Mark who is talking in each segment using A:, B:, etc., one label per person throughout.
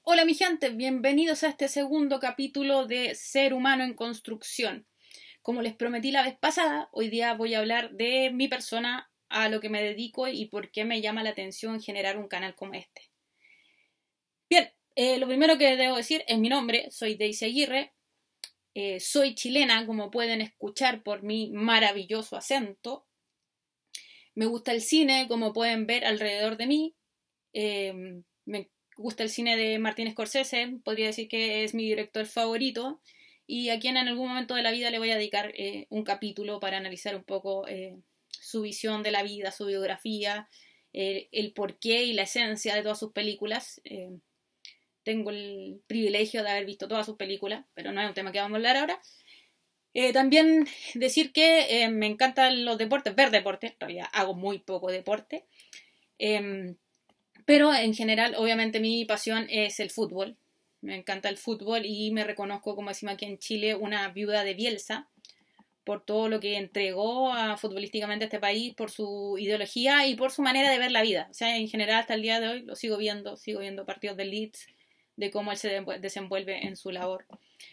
A: Hola mi gente, bienvenidos a este segundo capítulo de Ser Humano en Construcción. Como les prometí la vez pasada, hoy día voy a hablar de mi persona, a lo que me dedico y por qué me llama la atención generar un canal como este. Bien, lo primero que debo decir es mi nombre, soy Daisy Aguirre, soy chilena, como pueden escuchar por mi maravilloso acento. Me gusta el cine, como pueden ver alrededor de mí. Me gusta el cine de Martin Scorsese, podría decir que es mi director favorito, y a quien en algún momento de la vida le voy a dedicar un capítulo para analizar un poco su visión de la vida, su biografía, el porqué y la esencia de todas sus películas. Tengo el privilegio de haber visto todas sus películas, pero no es un tema que vamos a hablar ahora. También decir que me encantan los deportes, ver deporte, en realidad hago muy poco deporte. Pero en general, obviamente, mi pasión es el fútbol. Me encanta el fútbol y me reconozco, como decimos aquí en Chile, una viuda de Bielsa por todo lo que entregó futbolísticamente a este país, por su ideología y por su manera de ver la vida. O sea, en general, hasta el día de hoy lo sigo viendo partidos de Leeds, de cómo él se desenvuelve en su labor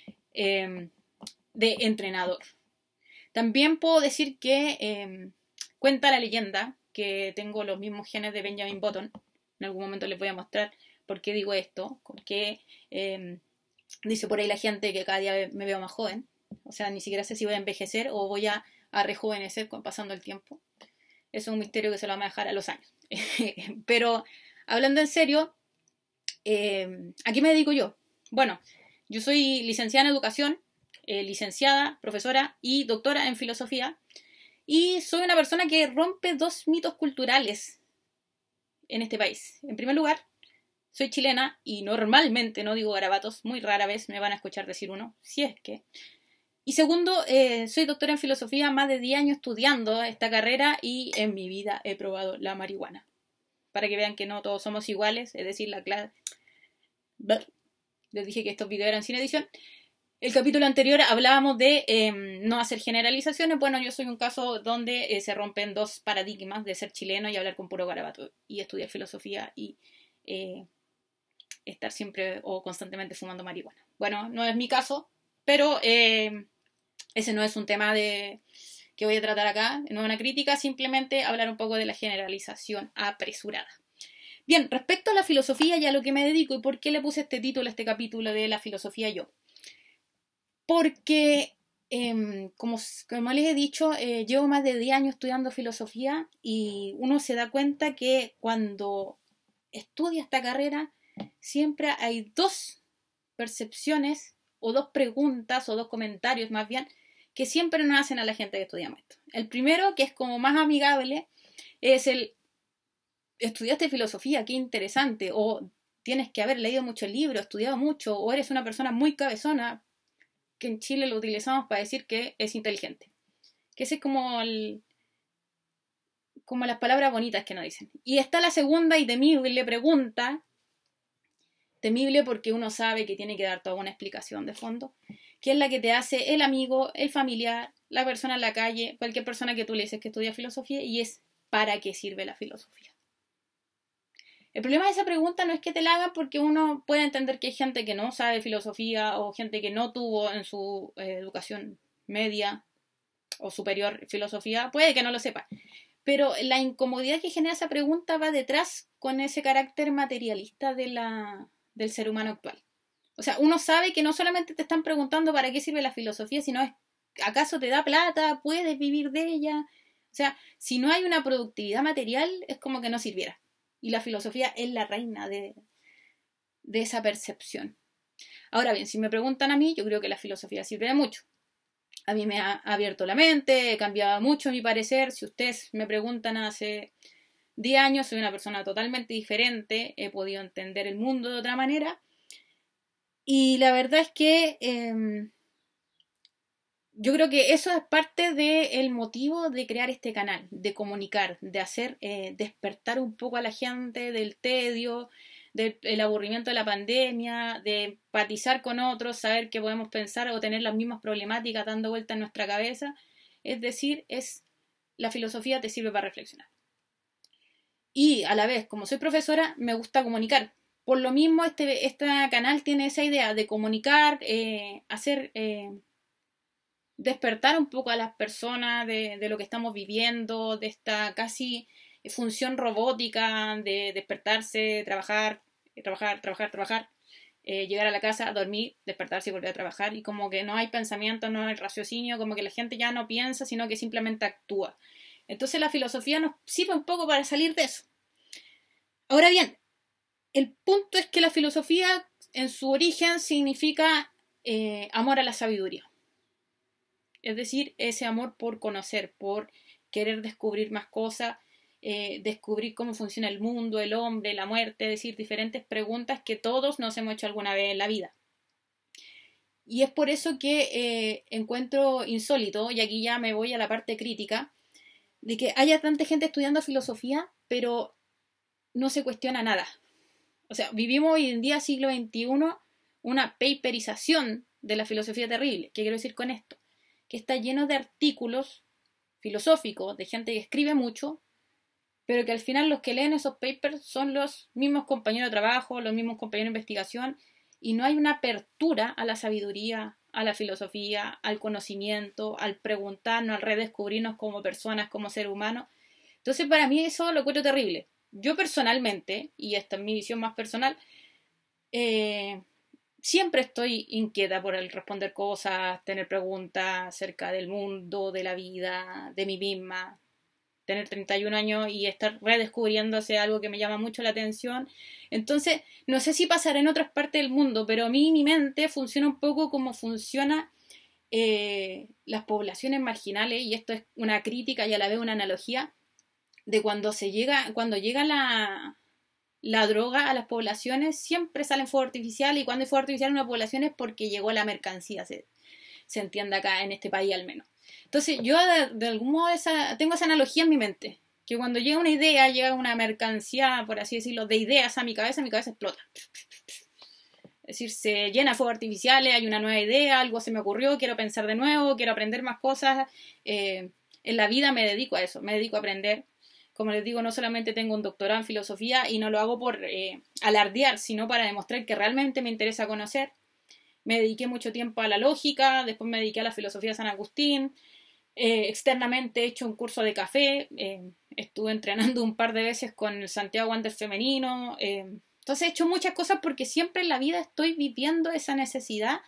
A: de entrenador. También puedo decir que cuenta la leyenda que tengo los mismos genes de Benjamin Button. En algún momento les voy a mostrar por qué digo esto, porque dice por ahí la gente que cada día me veo más joven. O sea, ni siquiera sé si voy a envejecer o voy a rejuvenecer pasando el tiempo. Eso es un misterio que se lo vamos a dejar a los años. Pero hablando en serio, ¿a qué me dedico yo? Bueno, yo soy licenciada en educación, licenciada, profesora y doctora en filosofía. Y soy una persona que rompe dos mitos culturales en este país. En primer lugar, soy chilena y normalmente no digo garabatos, muy rara vez me van a escuchar decir uno, si es que. Y segundo, soy doctora en filosofía, más de 10 años estudiando esta carrera y en mi vida he probado la marihuana. Para que vean que no todos somos iguales, es decir, la clase... Les dije que estos videos eran sin edición. El capítulo anterior hablábamos de no hacer generalizaciones. Bueno, yo soy un caso donde se rompen dos paradigmas de ser chileno y hablar con puro garabato y estudiar filosofía y estar siempre o constantemente fumando marihuana. Bueno, no es mi caso, pero ese no es un tema que voy a tratar acá, no es una crítica, simplemente hablar un poco de la generalización apresurada. Bien, respecto a la filosofía y a lo que me dedico y por qué le puse este título a este capítulo de la filosofía yo. Porque, como les he dicho, llevo más de 10 años estudiando filosofía y uno se da cuenta que cuando estudia esta carrera siempre hay dos percepciones o dos preguntas o dos comentarios más bien que siempre nos hacen a la gente que estudiamos esto. El primero, que es como más amigable, es el estudiaste filosofía, qué interesante, o tienes que haber leído mucho libro, estudiado mucho, o eres una persona muy cabezona, que en Chile lo utilizamos para decir que es inteligente. Que ese es como las palabras bonitas que nos dicen. Y está la segunda y temible pregunta, temible porque uno sabe que tiene que dar toda una explicación de fondo, que es la que te hace el amigo, el familiar, la persona en la calle, cualquier persona que tú le dices que estudia filosofía, y es ¿para qué sirve la filosofía? El problema de esa pregunta no es que te la hagan porque uno puede entender que hay gente que no sabe filosofía o gente que no tuvo en su educación media o superior filosofía, puede que no lo sepa. Pero la incomodidad que genera esa pregunta va detrás con ese carácter materialista del ser humano actual. O sea, uno sabe que no solamente te están preguntando para qué sirve la filosofía, sino es, ¿acaso te da plata? ¿Puedes vivir de ella? O sea, si no hay una productividad material, es como que no sirviera. Y la filosofía es la reina de esa percepción. Ahora bien, si me preguntan a mí, yo creo que la filosofía sirve de mucho. A mí me ha abierto la mente, he cambiado mucho mi parecer. Si ustedes me preguntan hace 10 años, soy una persona totalmente diferente, he podido entender el mundo de otra manera. Y la verdad es que yo creo que eso es parte del motivo de crear este canal, de comunicar, de hacer despertar un poco a la gente del tedio, del aburrimiento de la pandemia, de empatizar con otros, saber que podemos pensar o tener las mismas problemáticas dando vuelta en nuestra cabeza. Es decir, la filosofía te sirve para reflexionar. Y a la vez, como soy profesora, me gusta comunicar, por lo mismo este canal tiene esa idea de comunicar, hacer... despertar un poco a las personas de lo que estamos viviendo, de esta casi función robótica de despertarse, trabajar, llegar a la casa, dormir, despertarse y volver a trabajar, y como que no hay pensamiento, no hay raciocinio, como que la gente ya no piensa, sino que simplemente actúa. Entonces la filosofía nos sirve un poco para salir de eso. Ahora bien, el punto es que la filosofía en su origen significa amor a la sabiduría. Es decir, ese amor por conocer, por querer descubrir más cosas, descubrir cómo funciona el mundo, el hombre, la muerte, es decir, diferentes preguntas que todos nos hemos hecho alguna vez en la vida. Y es por eso que encuentro insólito, y aquí ya me voy a la parte crítica, de que haya tanta gente estudiando filosofía, pero no se cuestiona nada. O sea, vivimos hoy en día, siglo XXI, una paperización de la filosofía terrible. ¿Qué quiero decir con esto? Que está lleno de artículos filosóficos, de gente que escribe mucho, pero que al final los que leen esos papers son los mismos compañeros de trabajo, los mismos compañeros de investigación, y no hay una apertura a la sabiduría, a la filosofía, al conocimiento, al preguntarnos, al redescubrirnos como personas, como seres humanos. Entonces, para mí eso lo encuentro terrible. Yo personalmente, y esta es mi visión más personal, siempre estoy inquieta por el responder cosas, tener preguntas acerca del mundo, de la vida, de mí misma. Tener 31 años y estar redescubriéndose algo que me llama mucho la atención. Entonces, no sé si pasará en otras partes del mundo, pero a mí mi mente funciona un poco como funciona las poblaciones marginales, y esto es una crítica y a la vez una analogía de cuando llega la droga a las poblaciones, siempre salen fuegos artificiales, y cuando hay fuego artificial en una población es porque llegó la mercancía, se entiende acá en este país al menos. Entonces yo de algún modo tengo esa analogía en mi mente, que cuando llega una idea, llega una mercancía, por así decirlo, de ideas a mi cabeza explota. Es decir, se llena de fuegos artificiales, hay una nueva idea, algo se me ocurrió, quiero pensar de nuevo, quiero aprender más cosas. En la vida me dedico a eso, me dedico a aprender. Como les digo, no solamente tengo un doctorado en filosofía y no lo hago por alardear, sino para demostrar que realmente me interesa conocer. Me dediqué mucho tiempo a la lógica, después me dediqué a la filosofía de San Agustín. Externamente he hecho un curso de café, estuve entrenando un par de veces con el Santiago Wander femenino. Entonces he hecho muchas cosas porque siempre en la vida estoy viviendo esa necesidad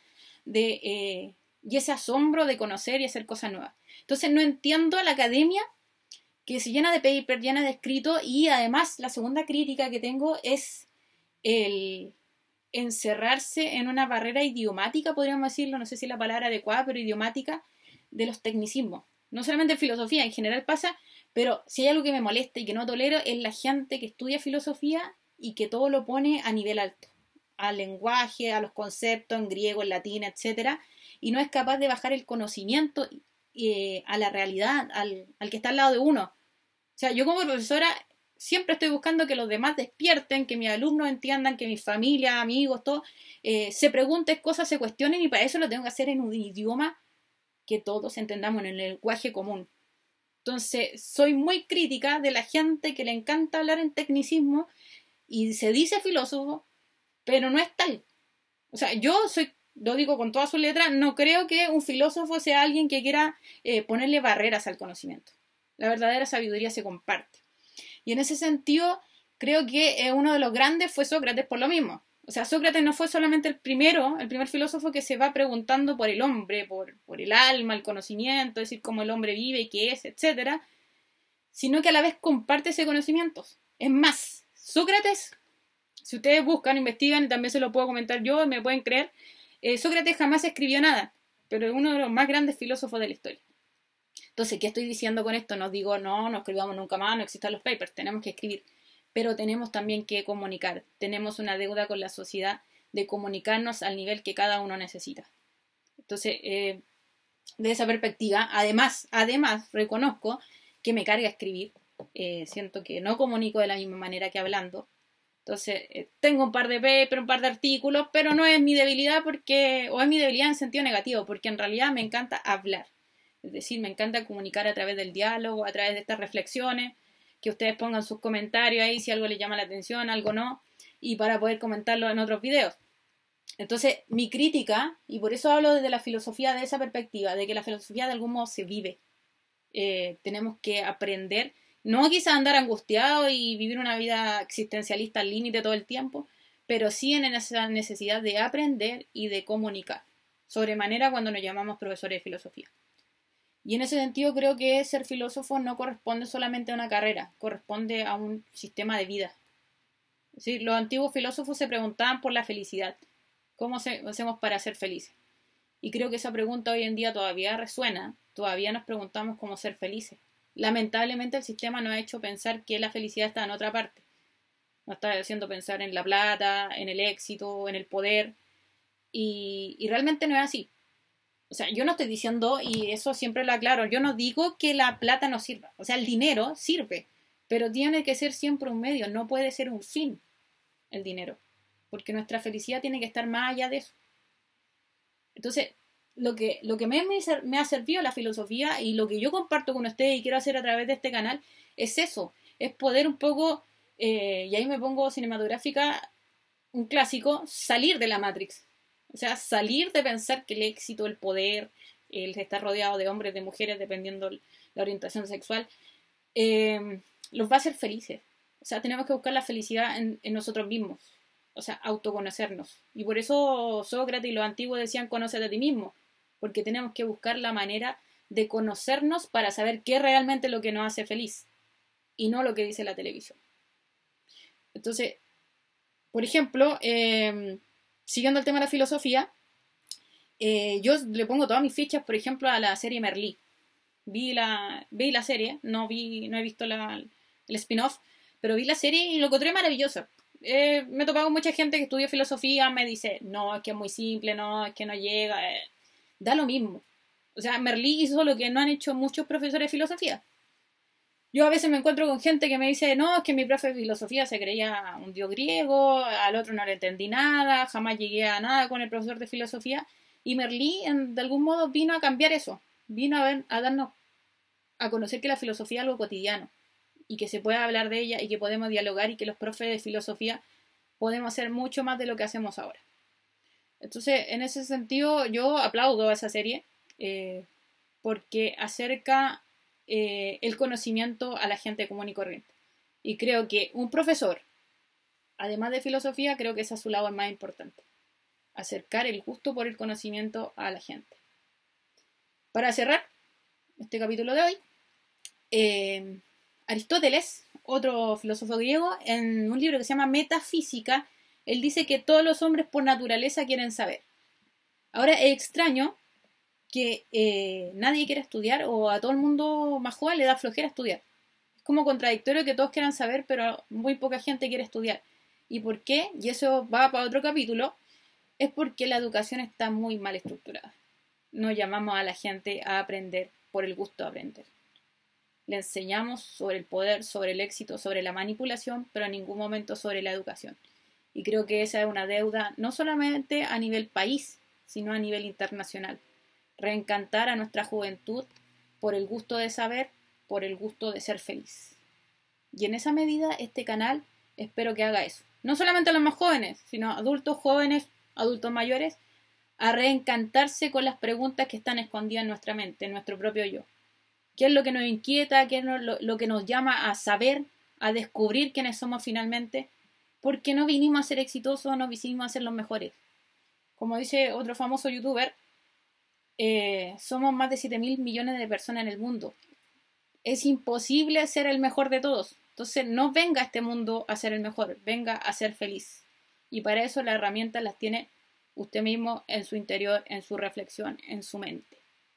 A: y ese asombro de conocer y hacer cosas nuevas. Entonces no entiendo la academia que se llena de papers, llena de escritos, y además la segunda crítica que tengo es el encerrarse en una barrera idiomática, podríamos decirlo, no sé si es la palabra adecuada, pero idiomática, de los tecnicismos. No solamente en filosofía, en general pasa, pero si hay algo que me molesta y que no tolero es la gente que estudia filosofía y que todo lo pone a nivel alto, al lenguaje, a los conceptos en griego, en latín, etcétera, y no es capaz de bajar el conocimiento a la realidad, al que está al lado de uno. O sea, yo como profesora siempre estoy buscando que los demás despierten, que mis alumnos entiendan, que mi familia, amigos, todo, se pregunten cosas, se cuestionen, y para eso lo tengo que hacer en un idioma que todos entendamos, en el lenguaje común. Entonces, soy muy crítica de la gente que le encanta hablar en tecnicismo y se dice filósofo, pero no es tal. O sea, lo digo con todas sus letras, no creo que un filósofo sea alguien que quiera ponerle barreras al conocimiento. La verdadera sabiduría se comparte. Y en ese sentido, creo que uno de los grandes fue Sócrates por lo mismo. O sea, Sócrates no fue solamente el primer filósofo que se va preguntando por el hombre, por el alma, el conocimiento, es decir, cómo el hombre vive y qué es, etc., sino que a la vez comparte ese conocimiento. Es más, Sócrates, si ustedes buscan, investigan, y también se lo puedo comentar yo, me pueden creer, Sócrates jamás escribió nada, pero es uno de los más grandes filósofos de la historia. Entonces, ¿qué estoy diciendo con esto? No digo, no escribamos nunca más, no existan los papers, tenemos que escribir. Pero tenemos también que comunicar. Tenemos una deuda con la sociedad de comunicarnos al nivel que cada uno necesita. Entonces, de esa perspectiva, además, reconozco que me carga escribir. Siento que no comunico de la misma manera que hablando. Entonces, tengo un par de papers, un par de artículos, pero no es mi debilidad o es mi debilidad en sentido negativo, porque en realidad me encanta hablar. Es decir, me encanta comunicar a través del diálogo, a través de estas reflexiones, que ustedes pongan sus comentarios ahí si algo les llama la atención, algo no. y para poder comentarlo en otros videos. Entonces, mi crítica, y por eso hablo desde la filosofía de esa perspectiva, de que la filosofía de algún modo se vive. Tenemos que aprender, no quizá andar angustiado y vivir una vida existencialista al límite todo el tiempo, pero sí en esa necesidad de aprender y de comunicar, sobremanera cuando nos llamamos profesores de filosofía. Y en ese sentido creo que ser filósofo no corresponde solamente a una carrera, corresponde a un sistema de vida. Es decir, los antiguos filósofos se preguntaban por la felicidad. ¿Cómo hacemos para ser felices? Y creo que esa pregunta hoy en día todavía resuena, todavía nos preguntamos cómo ser felices. Lamentablemente el sistema nos ha hecho pensar que la felicidad está en otra parte. Nos está haciendo pensar en la plata, en el éxito, en el poder, y realmente no es así. O sea, yo no estoy diciendo, y eso siempre lo aclaro, yo no digo que la plata no sirva. O sea, el dinero sirve, pero tiene que ser siempre un medio, no puede ser un fin el dinero. Porque nuestra felicidad tiene que estar más allá de eso. Entonces, lo que me ha servido la filosofía y lo que yo comparto con ustedes y quiero hacer a través de este canal es eso, es poder un poco, y ahí me pongo cinematográfica, un clásico, salir de la Matrix. O sea, salir de pensar que el éxito, el poder, el estar rodeado de hombres, de mujeres, dependiendo la orientación sexual, los va a hacer felices. O sea, tenemos que buscar la felicidad en nosotros mismos. O sea, autoconocernos. Y por eso Sócrates y los antiguos decían conócete a ti mismo. Porque tenemos que buscar la manera de conocernos para saber qué es realmente lo que nos hace feliz. Y no lo que dice la televisión. Entonces, por ejemplo, siguiendo el tema de la filosofía, yo le pongo todas mis fichas, por ejemplo, a la serie Merlí. Vi la serie, no he visto el spin-off, pero vi la serie y lo encontré maravillosa. Me he topado con mucha gente que estudia filosofía, me dice, no, es que es muy simple, no, es que no llega, da lo mismo. O sea, Merlí hizo lo que no han hecho muchos profesores de filosofía. Yo a veces me encuentro con gente que me dice, no, es que mi profe de filosofía se creía un dios griego, al otro no le entendí nada, jamás llegué a nada con el profesor de filosofía, y Merlí de algún modo vino a cambiar eso, vino a darnos a conocer que la filosofía es algo cotidiano, y que se puede hablar de ella y que podemos dialogar y que los profes de filosofía podemos hacer mucho más de lo que hacemos ahora. Entonces, en ese sentido, yo aplaudo a esa serie porque acerca el conocimiento a la gente común y corriente. Y creo que un profesor, además de filosofía, creo que esa es su labor más importante. Acercar el gusto por el conocimiento a la gente. Para cerrar este capítulo de hoy, Aristóteles, otro filósofo griego, en un libro que se llama Metafísica, él dice que todos los hombres por naturaleza quieren saber. Ahora es extraño que nadie quiera estudiar o a todo el mundo más joven le da flojera estudiar. Es como contradictorio que todos quieran saber, pero muy poca gente quiere estudiar. ¿Y por qué? Y eso va para otro capítulo. Es porque la educación está muy mal estructurada. No llamamos a la gente a aprender por el gusto de aprender. Le enseñamos sobre el poder, sobre el éxito, sobre la manipulación, pero en ningún momento sobre la educación. Y creo que esa es una deuda no solamente a nivel país, sino a nivel internacional. Reencantar a nuestra juventud por el gusto de saber, por el gusto de ser feliz. Y en esa medida este canal espero que haga eso. No solamente a los más jóvenes, sino a adultos jóvenes, adultos mayores, a reencantarse con las preguntas que están escondidas en nuestra mente, en nuestro propio yo. ¿Qué es lo que nos inquieta? ¿Qué es lo que nos llama a saber, a descubrir quiénes somos finalmente? Porque no vinimos a ser exitosos, no vinimos a ser los mejores. Como dice otro famoso youtuber, somos más de 7.000 millones de personas en el mundo. Es imposible ser el mejor de todos. Entonces no venga a este mundo a ser el mejor, venga a ser feliz. Y para eso las herramientas las tiene usted mismo en su interior, en su reflexión, en su mente.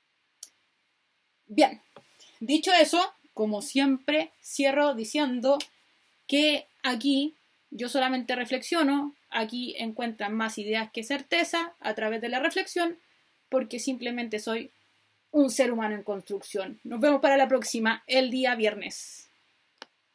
A: Bien, dicho eso, como siempre, cierro diciendo que aquí yo solamente reflexiono, aquí encuentran más ideas que certeza a través de la reflexión, porque simplemente soy un ser humano en construcción. Nos vemos para la próxima, el día viernes.